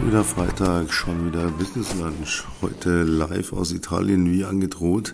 wieder Freitag, schon wieder Business Lunch. Heute live aus Italien, wie angedroht.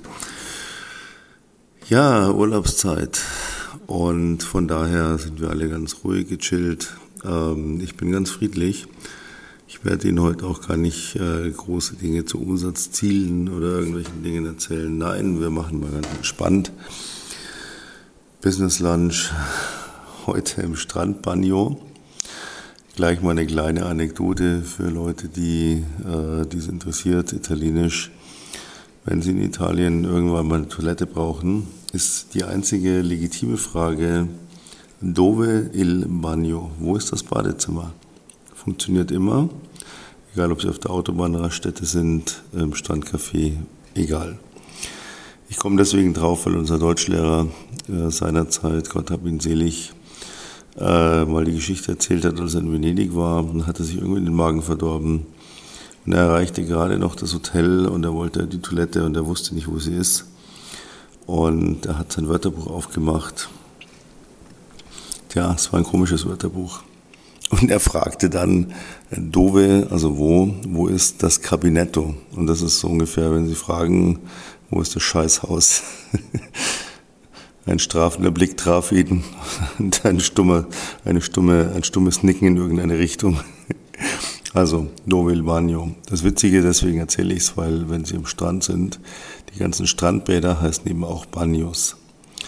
Ja, Urlaubszeit. Und von daher sind wir alle ganz ruhig, gechillt. Ich bin ganz friedlich. Ich werde Ihnen heute auch gar nicht große Dinge zu Umsatzzielen oder irgendwelchen Dingen erzählen. Nein, wir machen mal ganz entspannt. Business Lunch heute im Strandbagno. Gleich mal eine kleine Anekdote für Leute, die es interessiert, Italienisch. Wenn Sie in Italien irgendwann mal eine Toilette brauchen, ist die einzige legitime Frage, dove il bagno? Wo ist das Badezimmer? Funktioniert immer, egal ob Sie auf der Autobahnraststätte sind, im Strandcafé, egal. Ich komme deswegen drauf, weil unser Deutschlehrer seinerzeit, Gott hab ihn selig, mal die Geschichte erzählt hat, als er in Venedig war, und hatte sich irgendwie den Magen verdorben. Und er erreichte gerade noch das Hotel und er wollte die Toilette und er wusste nicht, wo sie ist. Und er hat sein Wörterbuch aufgemacht. Tja, es war ein komisches Wörterbuch. Und er fragte dann, dove, also wo ist das Cabinetto? Und das ist so ungefähr, wenn Sie fragen, wo ist das Scheißhaus? Ein strafender Blick traf ihn und ein stummes Nicken in irgendeine Richtung. Also, dove il bagno. Das Witzige, deswegen erzähle ich es, weil wenn Sie am Strand sind, die ganzen Strandbäder heißen eben auch Bagnos.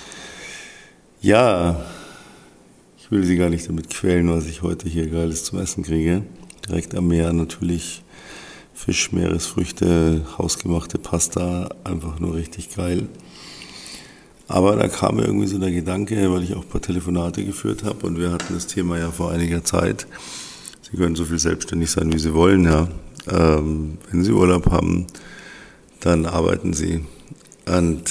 Ja, ich will Sie gar nicht damit quälen, was ich heute hier Geiles zum Essen kriege. Direkt am Meer natürlich Fisch, Meeresfrüchte, hausgemachte Pasta, einfach nur richtig geil. Aber da kam mir irgendwie so der Gedanke, weil ich auch ein paar Telefonate geführt habe und wir hatten das Thema ja vor einiger Zeit. Sie können so viel selbstständig sein, wie Sie wollen, ja. Wenn Sie Urlaub haben, dann arbeiten Sie. Und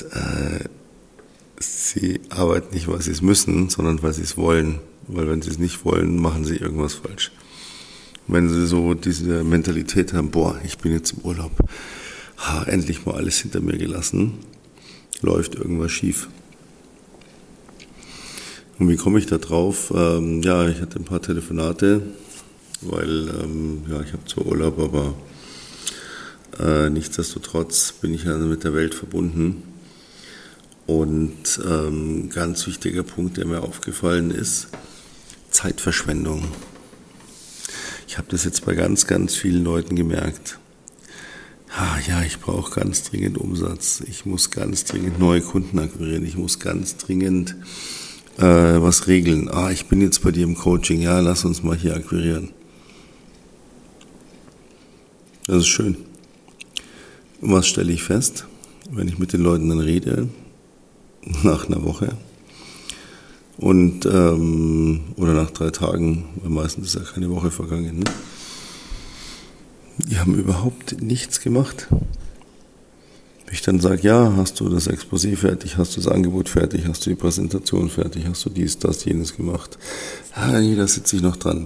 Sie arbeiten nicht, weil Sie es müssen, sondern weil Sie es wollen. Weil wenn Sie es nicht wollen, machen Sie irgendwas falsch. Wenn Sie so diese Mentalität haben, ich bin jetzt im Urlaub, endlich mal alles hinter mir gelassen, läuft irgendwas schief. Und wie komme ich da drauf? Ich hatte ein paar Telefonate, weil ich habe zwar Urlaub, aber nichtsdestotrotz bin ich ja mit der Welt verbunden. Und ganz wichtiger Punkt, der mir aufgefallen ist, Zeitverschwendung. Ich habe das jetzt bei ganz, ganz vielen Leuten gemerkt. Ich brauche ganz dringend Umsatz. Ich muss ganz dringend neue Kunden akquirieren. Ich muss ganz dringend was regeln. Ich bin jetzt bei dir im Coaching. Ja, lass uns mal hier akquirieren. Das ist schön. Und was stelle ich fest, wenn ich mit den Leuten dann rede, nach einer Woche und oder nach 3 Tagen, weil meistens ist ja keine Woche vergangen, ne? Die haben überhaupt nichts gemacht. Wenn ich dann sage, hast du das Exposé fertig, hast du das Angebot fertig, hast du die Präsentation fertig, hast du dies, das, jenes gemacht. Da sitze ich noch dran.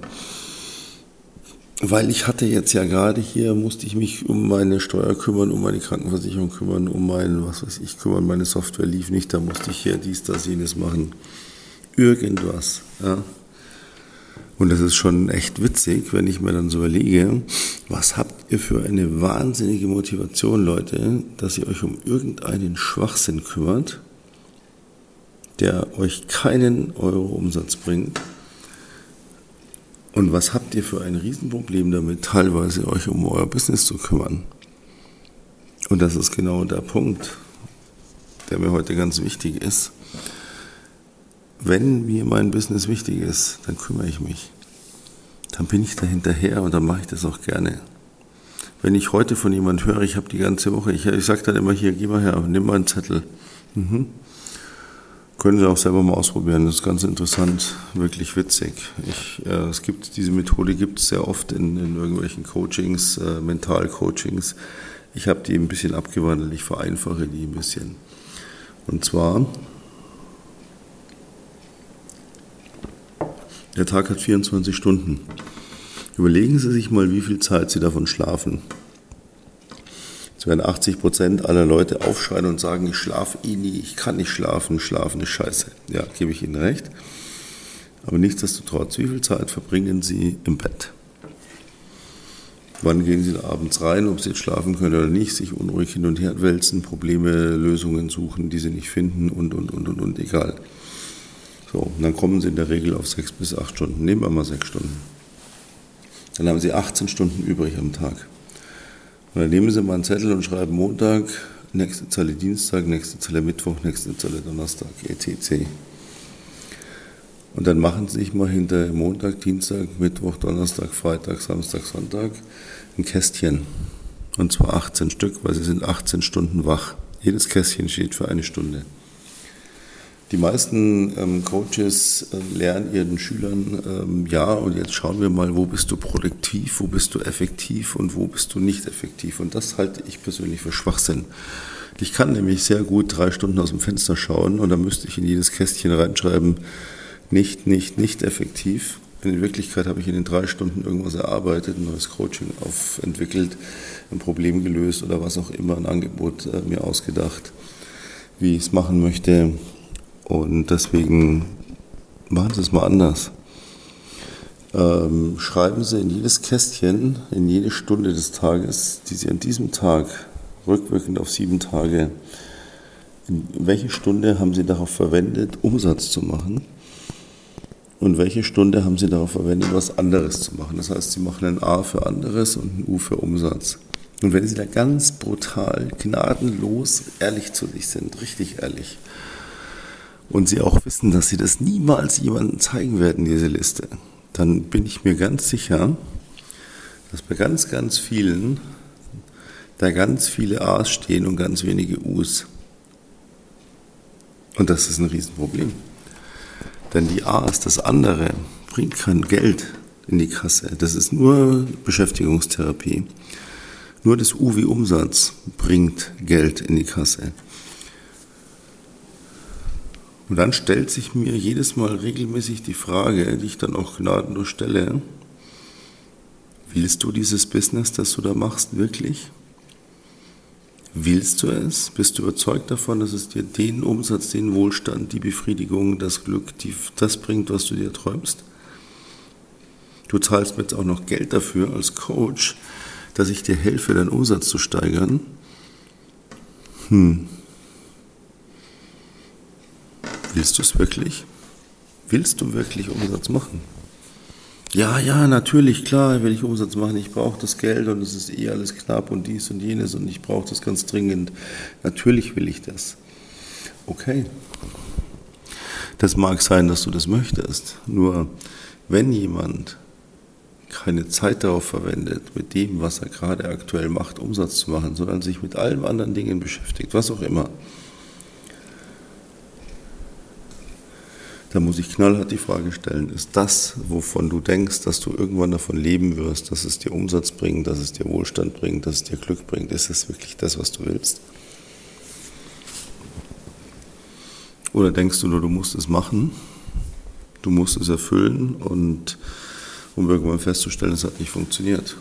Weil ich hatte jetzt ja gerade hier, musste ich mich um meine Steuer kümmern, um meine Krankenversicherung kümmern, um meine Software lief nicht, da musste ich hier dies, das, jenes machen. Irgendwas, ja. Und das ist schon echt witzig, wenn ich mir dann so überlege, was habt ihr für eine wahnsinnige Motivation, Leute, dass ihr euch um irgendeinen Schwachsinn kümmert, der euch keinen Euro Umsatz bringt. Und was habt ihr für ein Riesenproblem damit, teilweise euch um euer Business zu kümmern? Und das ist genau der Punkt, der mir heute ganz wichtig ist. Wenn mir mein Business wichtig ist, dann kümmere ich mich. Dann bin ich da hinterher und dann mache ich das auch gerne. Wenn ich heute von jemandem höre, ich habe die ganze Woche, ich sage dann immer hier, geh mal her, nimm mal einen Zettel. Können Sie auch selber mal ausprobieren, das ist ganz interessant, wirklich witzig. Diese Methode gibt es sehr oft in irgendwelchen Coachings, Mental-Coachings. Ich habe die ein bisschen abgewandelt, ich vereinfache die ein bisschen. Und zwar, der Tag hat 24 Stunden. Überlegen Sie sich mal, wie viel Zeit Sie davon schlafen. Jetzt werden 80% aller Leute aufschreien und sagen, ich schlafe nie, ich kann nicht schlafen, schlafen ist scheiße. Ja, gebe ich Ihnen recht. Aber nichtsdestotrotz, wie viel Zeit verbringen Sie im Bett? Wann gehen Sie da abends rein, ob Sie jetzt schlafen können oder nicht, sich unruhig hin und her wälzen, Probleme, Lösungen suchen, die Sie nicht finden und, egal. So, und dann kommen Sie in der Regel auf 6 bis 8 Stunden, nehmen wir mal 6 Stunden. Dann haben Sie 18 Stunden übrig am Tag. Und dann nehmen Sie mal einen Zettel und schreiben Montag, nächste Zelle Dienstag, nächste Zelle Mittwoch, nächste Zelle Donnerstag, etc. Und dann machen Sie sich mal hinter Montag, Dienstag, Mittwoch, Donnerstag, Freitag, Samstag, Sonntag ein Kästchen. Und zwar 18 Stück, weil Sie sind 18 Stunden wach. Jedes Kästchen steht für 1 Stunde. Die meisten Coaches lernen ihren Schülern, ja, und jetzt schauen wir mal, wo bist du produktiv, wo bist du effektiv und wo bist du nicht effektiv. Und das halte ich persönlich für Schwachsinn. Ich kann nämlich sehr gut 3 Stunden aus dem Fenster schauen und dann müsste ich in jedes Kästchen reinschreiben, nicht effektiv. In Wirklichkeit habe ich in den 3 Stunden irgendwas erarbeitet, ein neues Coaching entwickelt, ein Problem gelöst oder was auch immer, ein Angebot mir ausgedacht, wie ich es machen möchte. Und deswegen machen Sie es mal anders. Schreiben Sie in jedes Kästchen, in jede Stunde des Tages, die Sie an diesem Tag, rückwirkend auf 7 Tage, in welche Stunde haben Sie darauf verwendet, Umsatz zu machen? Und welche Stunde haben Sie darauf verwendet, was anderes zu machen? Das heißt, Sie machen ein A für anderes und ein U für Umsatz. Und wenn Sie da ganz brutal, gnadenlos ehrlich zu sich sind, richtig ehrlich, und Sie auch wissen, dass Sie das niemals jemandem zeigen werden, diese Liste, dann bin ich mir ganz sicher, dass bei ganz, ganz vielen da ganz viele A's stehen und ganz wenige U's. Und das ist ein Riesenproblem. Denn die A's, das andere, bringt kein Geld in die Kasse. Das ist nur Beschäftigungstherapie. Nur das U wie Umsatz bringt Geld in die Kasse. Und dann stellt sich mir jedes Mal regelmäßig die Frage, die ich dann auch gnadenlos stelle, willst du dieses Business, das du da machst, wirklich? Willst du es? Bist du überzeugt davon, dass es dir den Umsatz, den Wohlstand, die Befriedigung, das Glück, das bringt, was du dir träumst? Du zahlst mir jetzt auch noch Geld dafür als Coach, dass ich dir helfe, deinen Umsatz zu steigern. Willst du es wirklich? Willst du wirklich Umsatz machen? Ja, natürlich, klar will ich Umsatz machen, ich brauche das Geld und es ist eh alles knapp und dies und jenes und ich brauche das ganz dringend. Natürlich will ich das. Okay. Das mag sein, dass du das möchtest, nur wenn jemand keine Zeit darauf verwendet, mit dem, was er gerade aktuell macht, Umsatz zu machen, sondern sich mit allen anderen Dingen beschäftigt, was auch immer, da muss ich knallhart die Frage stellen, ist das, wovon du denkst, dass du irgendwann davon leben wirst, dass es dir Umsatz bringt, dass es dir Wohlstand bringt, dass es dir Glück bringt, ist das wirklich das, was du willst? Oder denkst du nur, du musst es machen, du musst es erfüllen und um irgendwann festzustellen, es hat nicht funktioniert?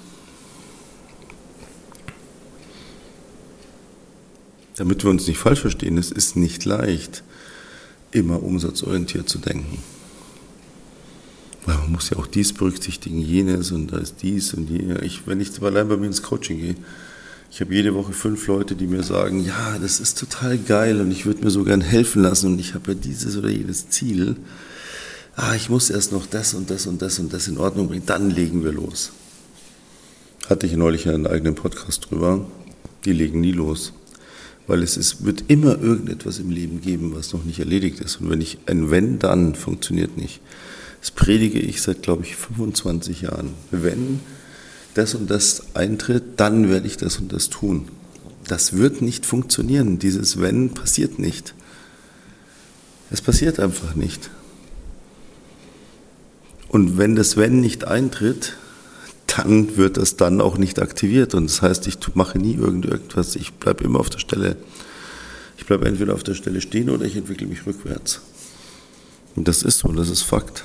Damit wir uns nicht falsch verstehen, es ist nicht leicht, immer umsatzorientiert zu denken. Weil man muss ja auch dies berücksichtigen, jenes und da ist dies und jenes. Wenn ich allein bei mir ins Coaching gehe, ich habe jede Woche 5 Leute, die mir sagen, ja, das ist total geil und ich würde mir so gern helfen lassen und ich habe ja dieses oder jenes Ziel. Ich muss erst noch das und das und das und das in Ordnung bringen, dann legen wir los. Hatte ich neulich einen eigenen Podcast drüber, die legen nie los. Weil wird immer irgendetwas im Leben geben, was noch nicht erledigt ist. Und ein Wenn, dann funktioniert nicht. Das predige ich seit, glaube ich, 25 Jahren. Wenn das und das eintritt, dann werde ich das und das tun. Das wird nicht funktionieren. Dieses Wenn passiert nicht. Es passiert einfach nicht. Und wenn das Wenn nicht eintritt, dann wird das dann auch nicht aktiviert. Und das heißt, ich mache nie irgendetwas, ich bleibe immer auf der Stelle. Ich bleibe entweder auf der Stelle stehen oder ich entwickle mich rückwärts. Und das ist so, das ist Fakt.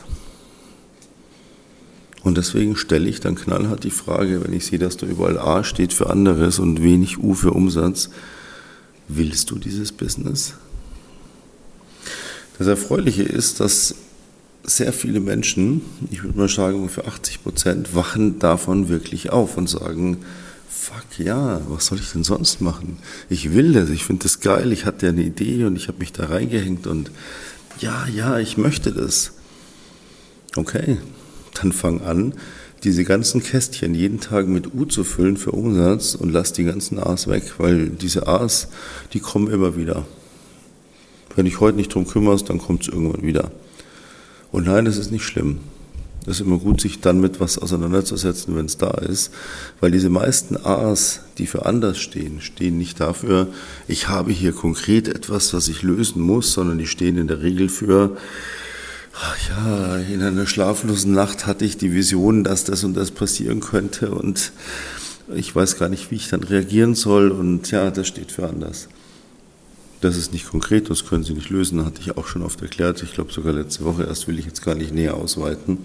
Und deswegen stelle ich dann knallhart die Frage, wenn ich sehe, dass da überall A steht für anderes und wenig U für Umsatz, willst du dieses Business? Das Erfreuliche ist, dass sehr viele Menschen, ich würde mal sagen ungefähr 80%, wachen davon wirklich auf und sagen, fuck ja, was soll ich denn sonst machen? Ich will das, ich finde das geil, ich hatte ja eine Idee und ich habe mich da reingehängt und ja, ich möchte das. Okay, dann fang an, diese ganzen Kästchen jeden Tag mit U zu füllen für Umsatz und lass die ganzen A's weg, weil diese A's, die kommen immer wieder. Wenn dich heute nicht drum kümmerst, dann kommt es irgendwann wieder. Und nein, das ist nicht schlimm. Das ist immer gut, sich dann mit was auseinanderzusetzen, wenn es da ist. Weil diese meisten A's, die für anders stehen, stehen nicht dafür, ich habe hier konkret etwas, was ich lösen muss, sondern die stehen in der Regel für, ach ja, in einer schlaflosen Nacht hatte ich die Vision, dass das und das passieren könnte und ich weiß gar nicht, wie ich dann reagieren soll und ja, das steht für anders. Das ist nicht konkret, das können Sie nicht lösen, hatte ich auch schon oft erklärt. Ich glaube sogar letzte Woche erst, will ich jetzt gar nicht näher ausweiten.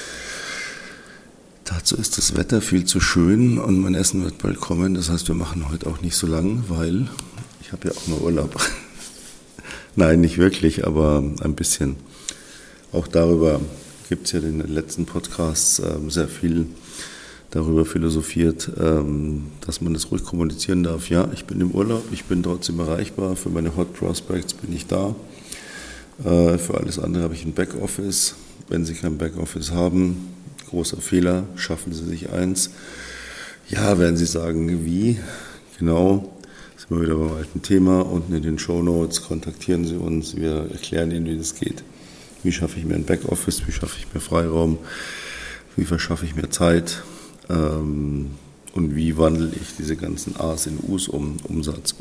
Dazu ist das Wetter viel zu schön und mein Essen wird bald kommen. Das heißt, wir machen heute auch nicht so lang, weil ich habe ja auch mal Urlaub. Nein, nicht wirklich, aber ein bisschen. Auch darüber gibt es ja in den letzten Podcasts sehr viel darüber philosophiert, dass man das ruhig kommunizieren darf. Ja, ich bin im Urlaub, ich bin trotzdem erreichbar, für meine Hot Prospects bin ich da. Für alles andere habe ich ein Backoffice. Wenn Sie kein Backoffice haben, großer Fehler, schaffen Sie sich eins. Ja, werden Sie sagen, wie? Genau, sind wir wieder beim alten Thema. Unten in den Shownotes kontaktieren Sie uns, wir erklären Ihnen, wie das geht. Wie schaffe ich mir ein Backoffice, wie schaffe ich mir Freiraum, wie verschaffe ich mir Zeit und wie wandle ich diese ganzen A's in U's um. Umsatz.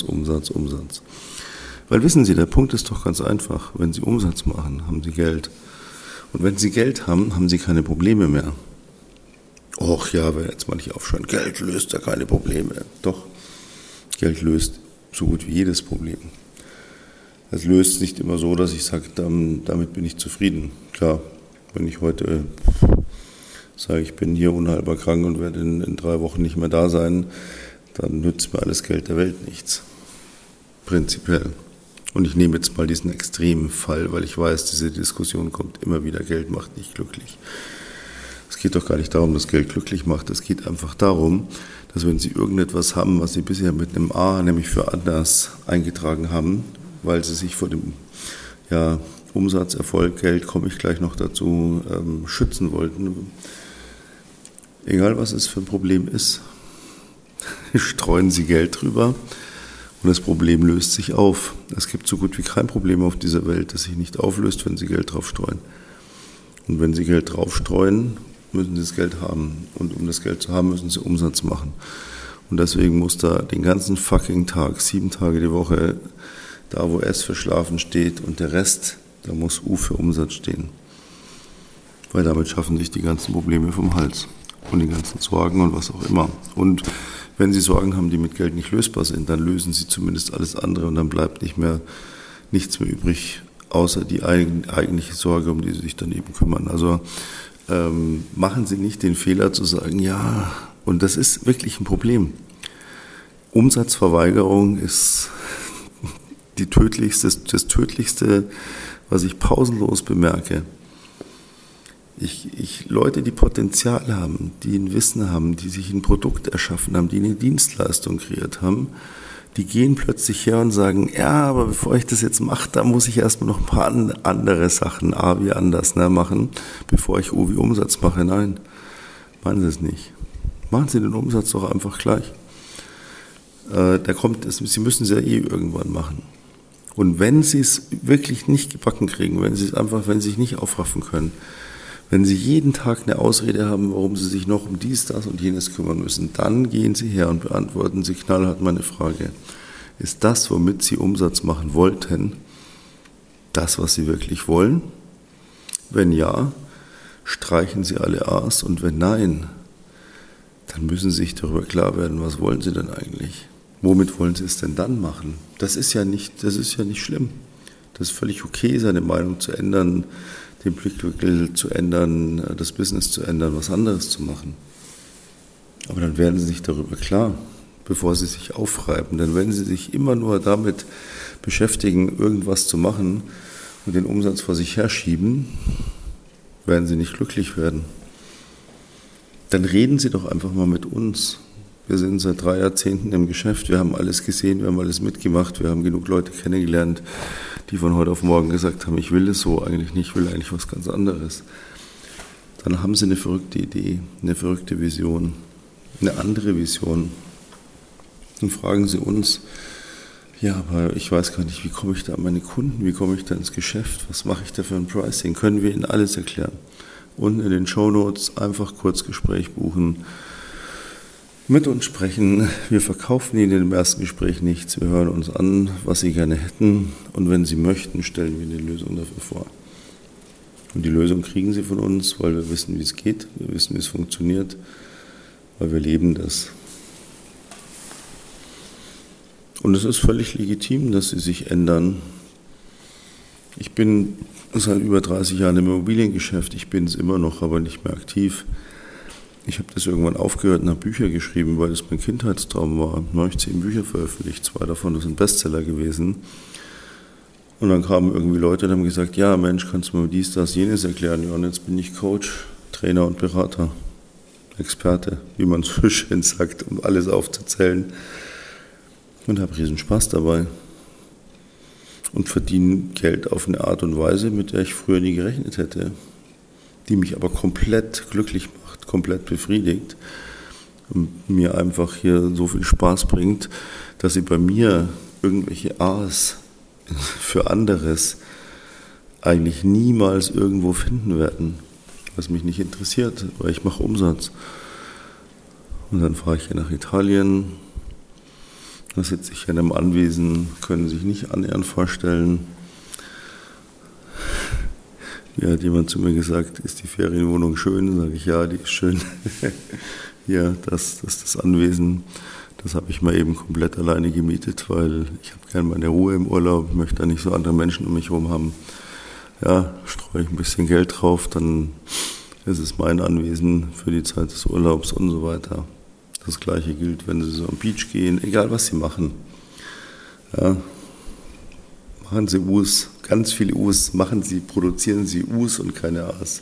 Weil wissen Sie, der Punkt ist doch ganz einfach. Wenn Sie Umsatz machen, haben Sie Geld. Und wenn Sie Geld haben, haben Sie keine Probleme mehr. Och ja, wer jetzt mal nicht aufschauen, Geld löst ja keine Probleme. Doch, Geld löst so gut wie jedes Problem. Es löst nicht immer so, dass ich sage, damit bin ich zufrieden. Klar, wenn ich heute sage, ich bin hier unheilbar krank und werde in 3 Wochen nicht mehr da sein, dann nützt mir alles Geld der Welt nichts. Prinzipiell. Und ich nehme jetzt mal diesen extremen Fall, weil ich weiß, diese Diskussion kommt immer wieder, Geld macht nicht glücklich. Es geht doch gar nicht darum, dass Geld glücklich macht. Es geht einfach darum, dass wenn Sie irgendetwas haben, was Sie bisher mit einem A, nämlich für anders, eingetragen haben, weil Sie sich vor dem Umsatz, Erfolg, Geld, komme ich gleich noch dazu, schützen wollten. Egal, was es für ein Problem ist, streuen Sie Geld drüber und das Problem löst sich auf. Es gibt so gut wie kein Problem auf dieser Welt, das sich nicht auflöst, wenn Sie Geld drauf streuen. Und wenn Sie Geld drauf streuen, müssen Sie das Geld haben. Und um das Geld zu haben, müssen Sie Umsatz machen. Und deswegen muss da den ganzen fucking Tag, 7 Tage die Woche, da wo S für Schlafen steht und der Rest, da muss U für Umsatz stehen. Weil damit schaffen sich die ganzen Probleme vom Hals. Und die ganzen Sorgen und was auch immer. Und wenn Sie Sorgen haben, die mit Geld nicht lösbar sind, dann lösen Sie zumindest alles andere und dann bleibt nichts mehr übrig, außer die eigentliche Sorge, um die Sie sich dann eben kümmern. Also machen Sie nicht den Fehler zu sagen, ja, und das ist wirklich ein Problem. Umsatzverweigerung ist das Tödlichste, was ich pausenlos bemerke. Leute, die Potenzial haben, die ein Wissen haben, die sich ein Produkt erschaffen haben, die eine Dienstleistung kreiert haben, die gehen plötzlich her und sagen, ja, aber bevor ich das jetzt mache, da muss ich erstmal noch ein paar andere Sachen, A wie anders, machen, bevor ich U wie Umsatz mache. Nein, machen Sie es nicht. Machen Sie den Umsatz doch einfach gleich. Sie müssen es ja irgendwann machen. Und wenn Sie es wirklich nicht gebacken kriegen, wenn Sie sich nicht aufraffen können, wenn Sie jeden Tag eine Ausrede haben, warum Sie sich noch um dies, das und jenes kümmern müssen, dann gehen Sie her und beantworten Sie knallhart meine Frage. Ist das, womit Sie Umsatz machen wollten, das, was Sie wirklich wollen? Wenn ja, streichen Sie alle A's und wenn nein, dann müssen Sie sich darüber klar werden, was wollen Sie denn eigentlich? Womit wollen Sie es denn dann machen? Das ist ja nicht schlimm. Das ist völlig okay, seine Meinung zu ändern, den Blickwinkel zu ändern, das Business zu ändern, was anderes zu machen. Aber dann werden Sie sich darüber klar, bevor Sie sich aufreiben. Denn wenn Sie sich immer nur damit beschäftigen, irgendwas zu machen und den Umsatz vor sich herschieben, werden Sie nicht glücklich werden. Dann reden Sie doch einfach mal mit uns. Wir sind seit 3 Jahrzehnten im Geschäft, wir haben alles gesehen, wir haben alles mitgemacht, wir haben genug Leute kennengelernt, die von heute auf morgen gesagt haben, ich will es so eigentlich nicht, ich will eigentlich was ganz anderes. Dann haben Sie eine verrückte Idee, eine verrückte Vision, eine andere Vision. Dann fragen Sie uns, ja, aber ich weiß gar nicht, wie komme ich da an meine Kunden, wie komme ich da ins Geschäft, was mache ich da für ein Pricing, können wir Ihnen alles erklären. Unten in den Shownotes einfach kurz Gespräch buchen, mit uns sprechen. Wir verkaufen Ihnen im ersten Gespräch nichts. Wir hören uns an, was Sie gerne hätten. Und wenn Sie möchten, stellen wir eine Lösung dafür vor. Und die Lösung kriegen Sie von uns, weil wir wissen, wie es geht. Wir wissen, wie es funktioniert, weil wir leben das. Und es ist völlig legitim, dass Sie sich ändern. Ich bin seit über 30 Jahren im Immobiliengeschäft. Ich bin es immer noch, aber nicht mehr aktiv. Ich habe das irgendwann aufgehört und habe Bücher geschrieben, weil das mein Kindheitstraum war. Dann habe ich 10 Bücher veröffentlicht, 2 davon sind Bestseller gewesen. Und dann kamen irgendwie Leute und haben gesagt, ja Mensch, kannst du mir dies, das, jenes erklären? Ja, und jetzt bin ich Coach, Trainer und Berater, Experte, wie man so schön sagt, um alles aufzuzählen. Und habe riesen Spaß dabei. Und verdiene Geld auf eine Art und Weise, mit der ich früher nie gerechnet hätte, die mich aber komplett glücklich macht, komplett befriedigt und mir einfach hier so viel Spaß bringt, dass Sie bei mir irgendwelche A's für anderes eigentlich niemals irgendwo finden werden, was mich nicht interessiert, weil ich mache Umsatz. Und dann fahre ich hier nach Italien, da sitze ich hier in einem Anwesen, können sich nicht annähernd vorstellen. Wie hat jemand zu mir gesagt, ist die Ferienwohnung schön? Sage ich, ja, die ist schön. Ja, das ist das Anwesen. Das habe ich mal eben komplett alleine gemietet, weil ich habe gerne meine Ruhe im Urlaub, möchte da nicht so andere Menschen um mich herum haben. Ja, streue ich ein bisschen Geld drauf, dann ist es mein Anwesen für die Zeit des Urlaubs und so weiter. Das Gleiche gilt, wenn Sie so am Beach gehen, egal was Sie machen. Ja, machen Sie U's, ganz viele U's, produzieren Sie U's und keine A's.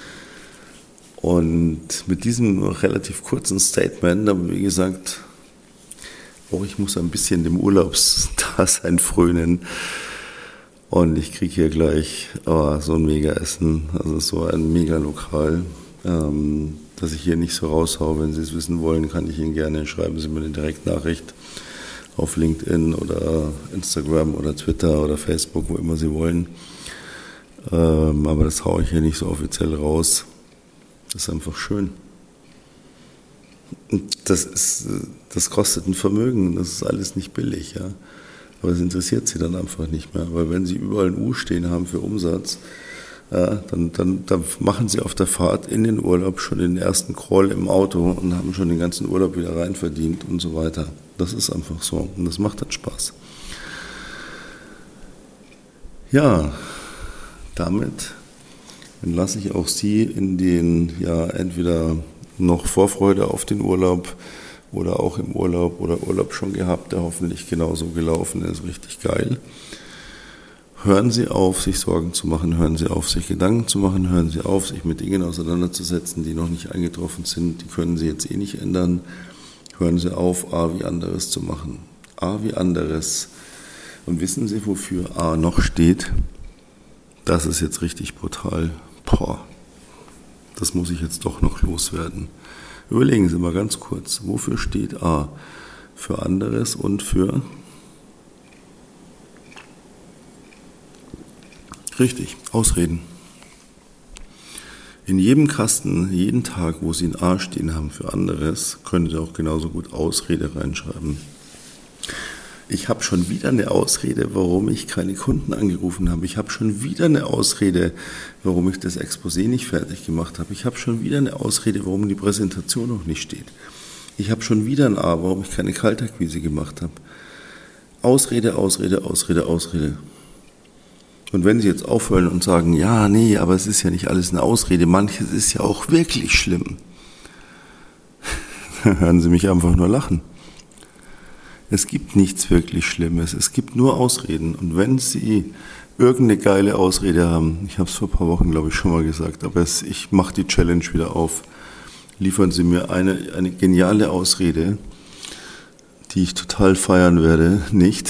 Und mit diesem relativ kurzen Statement, aber wie gesagt, auch ich muss ein bisschen dem Urlaubsdasein frönen. Und ich kriege hier gleich so ein Mega-Essen, also so ein Mega-Lokal, dass ich hier nicht so raushaue. Wenn Sie es wissen wollen, kann ich Ihnen gerne, schreiben Sie mir eine Direktnachricht auf LinkedIn oder Instagram oder Twitter oder Facebook, wo immer Sie wollen. Aber das haue ich hier nicht so offiziell raus. Das ist einfach schön. Das kostet ein Vermögen, das ist alles nicht billig, ja. Aber es interessiert Sie dann einfach nicht mehr, weil wenn Sie überall ein U stehen haben für Umsatz, ja, dann machen Sie auf der Fahrt in den Urlaub schon den ersten Crawl im Auto und haben schon den ganzen Urlaub wieder rein verdient und so weiter. Das ist einfach so und das macht dann Spaß. Ja, damit entlasse ich auch Sie in den, ja, entweder noch Vorfreude auf den Urlaub oder auch im Urlaub oder Urlaub schon gehabt, der hoffentlich genauso gelaufen ist, richtig geil. Hören Sie auf, sich Sorgen zu machen, hören Sie auf, sich Gedanken zu machen, hören Sie auf, sich mit Dingen auseinanderzusetzen, die noch nicht eingetroffen sind, die können Sie jetzt eh nicht ändern. Hören Sie auf, A wie anderes zu machen. A wie anderes. Und wissen Sie, wofür A noch steht? Das ist jetzt richtig brutal. Das muss ich jetzt doch noch loswerden. Überlegen Sie mal ganz kurz, wofür steht A? Für anderes und für... Richtig, Ausreden. In jedem Kasten, jeden Tag, wo Sie ein A stehen haben für anderes, können Sie auch genauso gut Ausrede reinschreiben. Ich habe schon wieder eine Ausrede, warum ich keine Kunden angerufen habe. Ich habe schon wieder eine Ausrede, warum ich das Exposé nicht fertig gemacht habe. Ich habe schon wieder eine Ausrede, warum die Präsentation noch nicht steht. Ich habe schon wieder ein A, warum ich keine Kaltakquise gemacht habe. Ausrede, Ausrede, Ausrede, Ausrede. Und wenn Sie jetzt aufhören und sagen, ja, nee, aber es ist ja nicht alles eine Ausrede, manches ist ja auch wirklich schlimm, dann hören Sie mich einfach nur lachen. Es gibt nichts wirklich Schlimmes, es gibt nur Ausreden. Und wenn Sie irgendeine geile Ausrede haben, ich habe es vor ein paar Wochen, glaube ich, schon mal gesagt, aber ich mache die Challenge wieder auf, liefern Sie mir eine geniale Ausrede, die ich total feiern werde, nicht,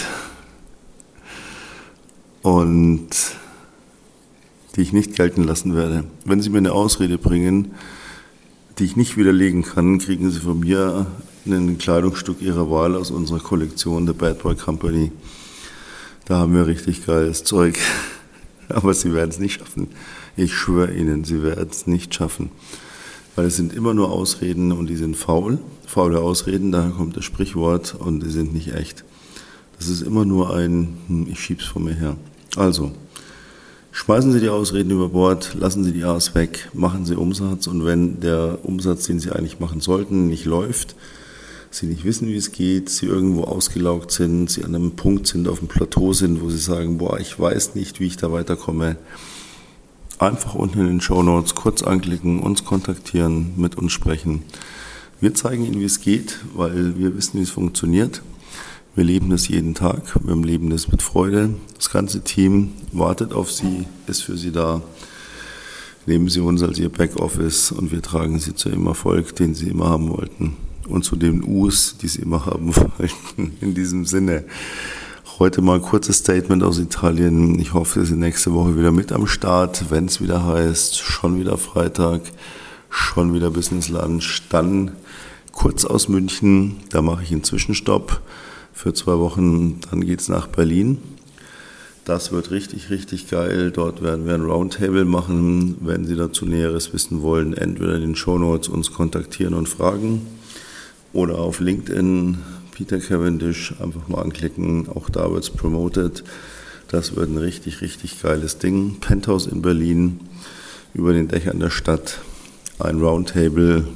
und die ich nicht gelten lassen werde. Wenn Sie mir eine Ausrede bringen, die ich nicht widerlegen kann, kriegen Sie von mir ein Kleidungsstück Ihrer Wahl aus unserer Kollektion, The Bad Boy Company. Da haben wir richtig geiles Zeug. Aber Sie werden es nicht schaffen. Ich schwöre Ihnen, Sie werden es nicht schaffen. Weil es sind immer nur Ausreden und die sind faul. Faule Ausreden, daher kommt das Sprichwort, und die sind nicht echt. Das ist immer nur ich schieb's von mir her. Also, schmeißen Sie die Ausreden über Bord, lassen Sie die A's weg, machen Sie Umsatz, und wenn der Umsatz, den Sie eigentlich machen sollten, nicht läuft, Sie nicht wissen, wie es geht, Sie irgendwo ausgelaugt sind, Sie an einem Punkt sind, auf dem Plateau sind, wo Sie sagen, ich weiß nicht, wie ich da weiterkomme, einfach unten in den Shownotes kurz anklicken, uns kontaktieren, mit uns sprechen. Wir zeigen Ihnen, wie es geht, weil wir wissen, wie es funktioniert. Wir leben das jeden Tag, wir leben das mit Freude. Das ganze Team wartet auf Sie, ist für Sie da. Nehmen Sie uns als Ihr Backoffice und wir tragen Sie zu Ihrem Erfolg, den Sie immer haben wollten. Und zu den U's, die Sie immer haben wollten. In diesem Sinne, heute mal ein kurzes Statement aus Italien. Ich hoffe, Sie sind nächste Woche wieder mit am Start, wenn es wieder heißt, schon wieder Freitag, schon wieder Business Lunch. Dann kurz aus München, da mache ich einen Zwischenstopp für 2 Wochen, dann geht's nach Berlin. Das wird richtig, richtig geil. Dort werden wir ein Roundtable machen. Wenn Sie dazu Näheres wissen wollen, entweder in den Shownotes uns kontaktieren und fragen oder auf LinkedIn Peter Cavendish einfach mal anklicken. Auch da wird's promoted. Das wird ein richtig, richtig geiles Ding. Penthouse in Berlin, über den Dächern der Stadt. Ein Roundtable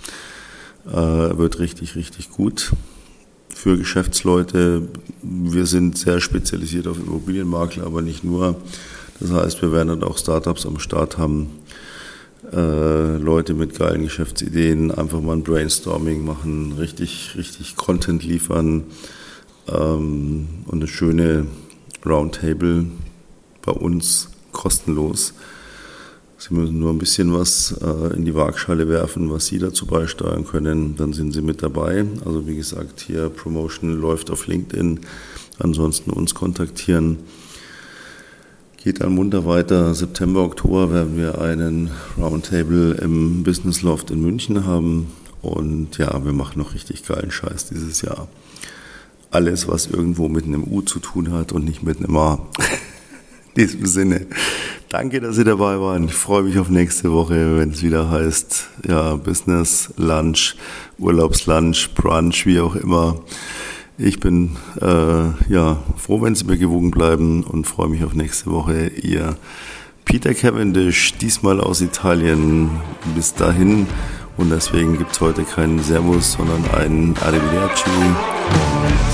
wird richtig, richtig gut. Für Geschäftsleute, wir sind sehr spezialisiert auf Immobilienmakler, aber nicht nur. Das heißt, wir werden dann auch Startups am Start haben, Leute mit geilen Geschäftsideen, einfach mal ein Brainstorming machen, richtig, richtig Content liefern und eine schöne Roundtable bei uns kostenlos. Sie müssen nur ein bisschen was in die Waagschale werfen, was Sie dazu beisteuern können, dann sind Sie mit dabei. Also wie gesagt, hier Promotion läuft auf LinkedIn, ansonsten uns kontaktieren. Geht dann munter weiter. September, Oktober werden wir einen Roundtable im Business Loft in München haben, und ja, wir machen noch richtig geilen Scheiß dieses Jahr. Alles, was irgendwo mit einem U zu tun hat und nicht mit einem A. In diesem Sinne, danke, dass Sie dabei waren. Ich freue mich auf nächste Woche, wenn es wieder heißt, ja, Business, Lunch, Urlaubslunch, Brunch, wie auch immer. Ich bin froh, wenn Sie mir gewogen bleiben, und freue mich auf nächste Woche. Ihr Peter Cavendish, diesmal aus Italien. Bis dahin, und deswegen gibt es heute keinen Servus, sondern einen Arrivederci.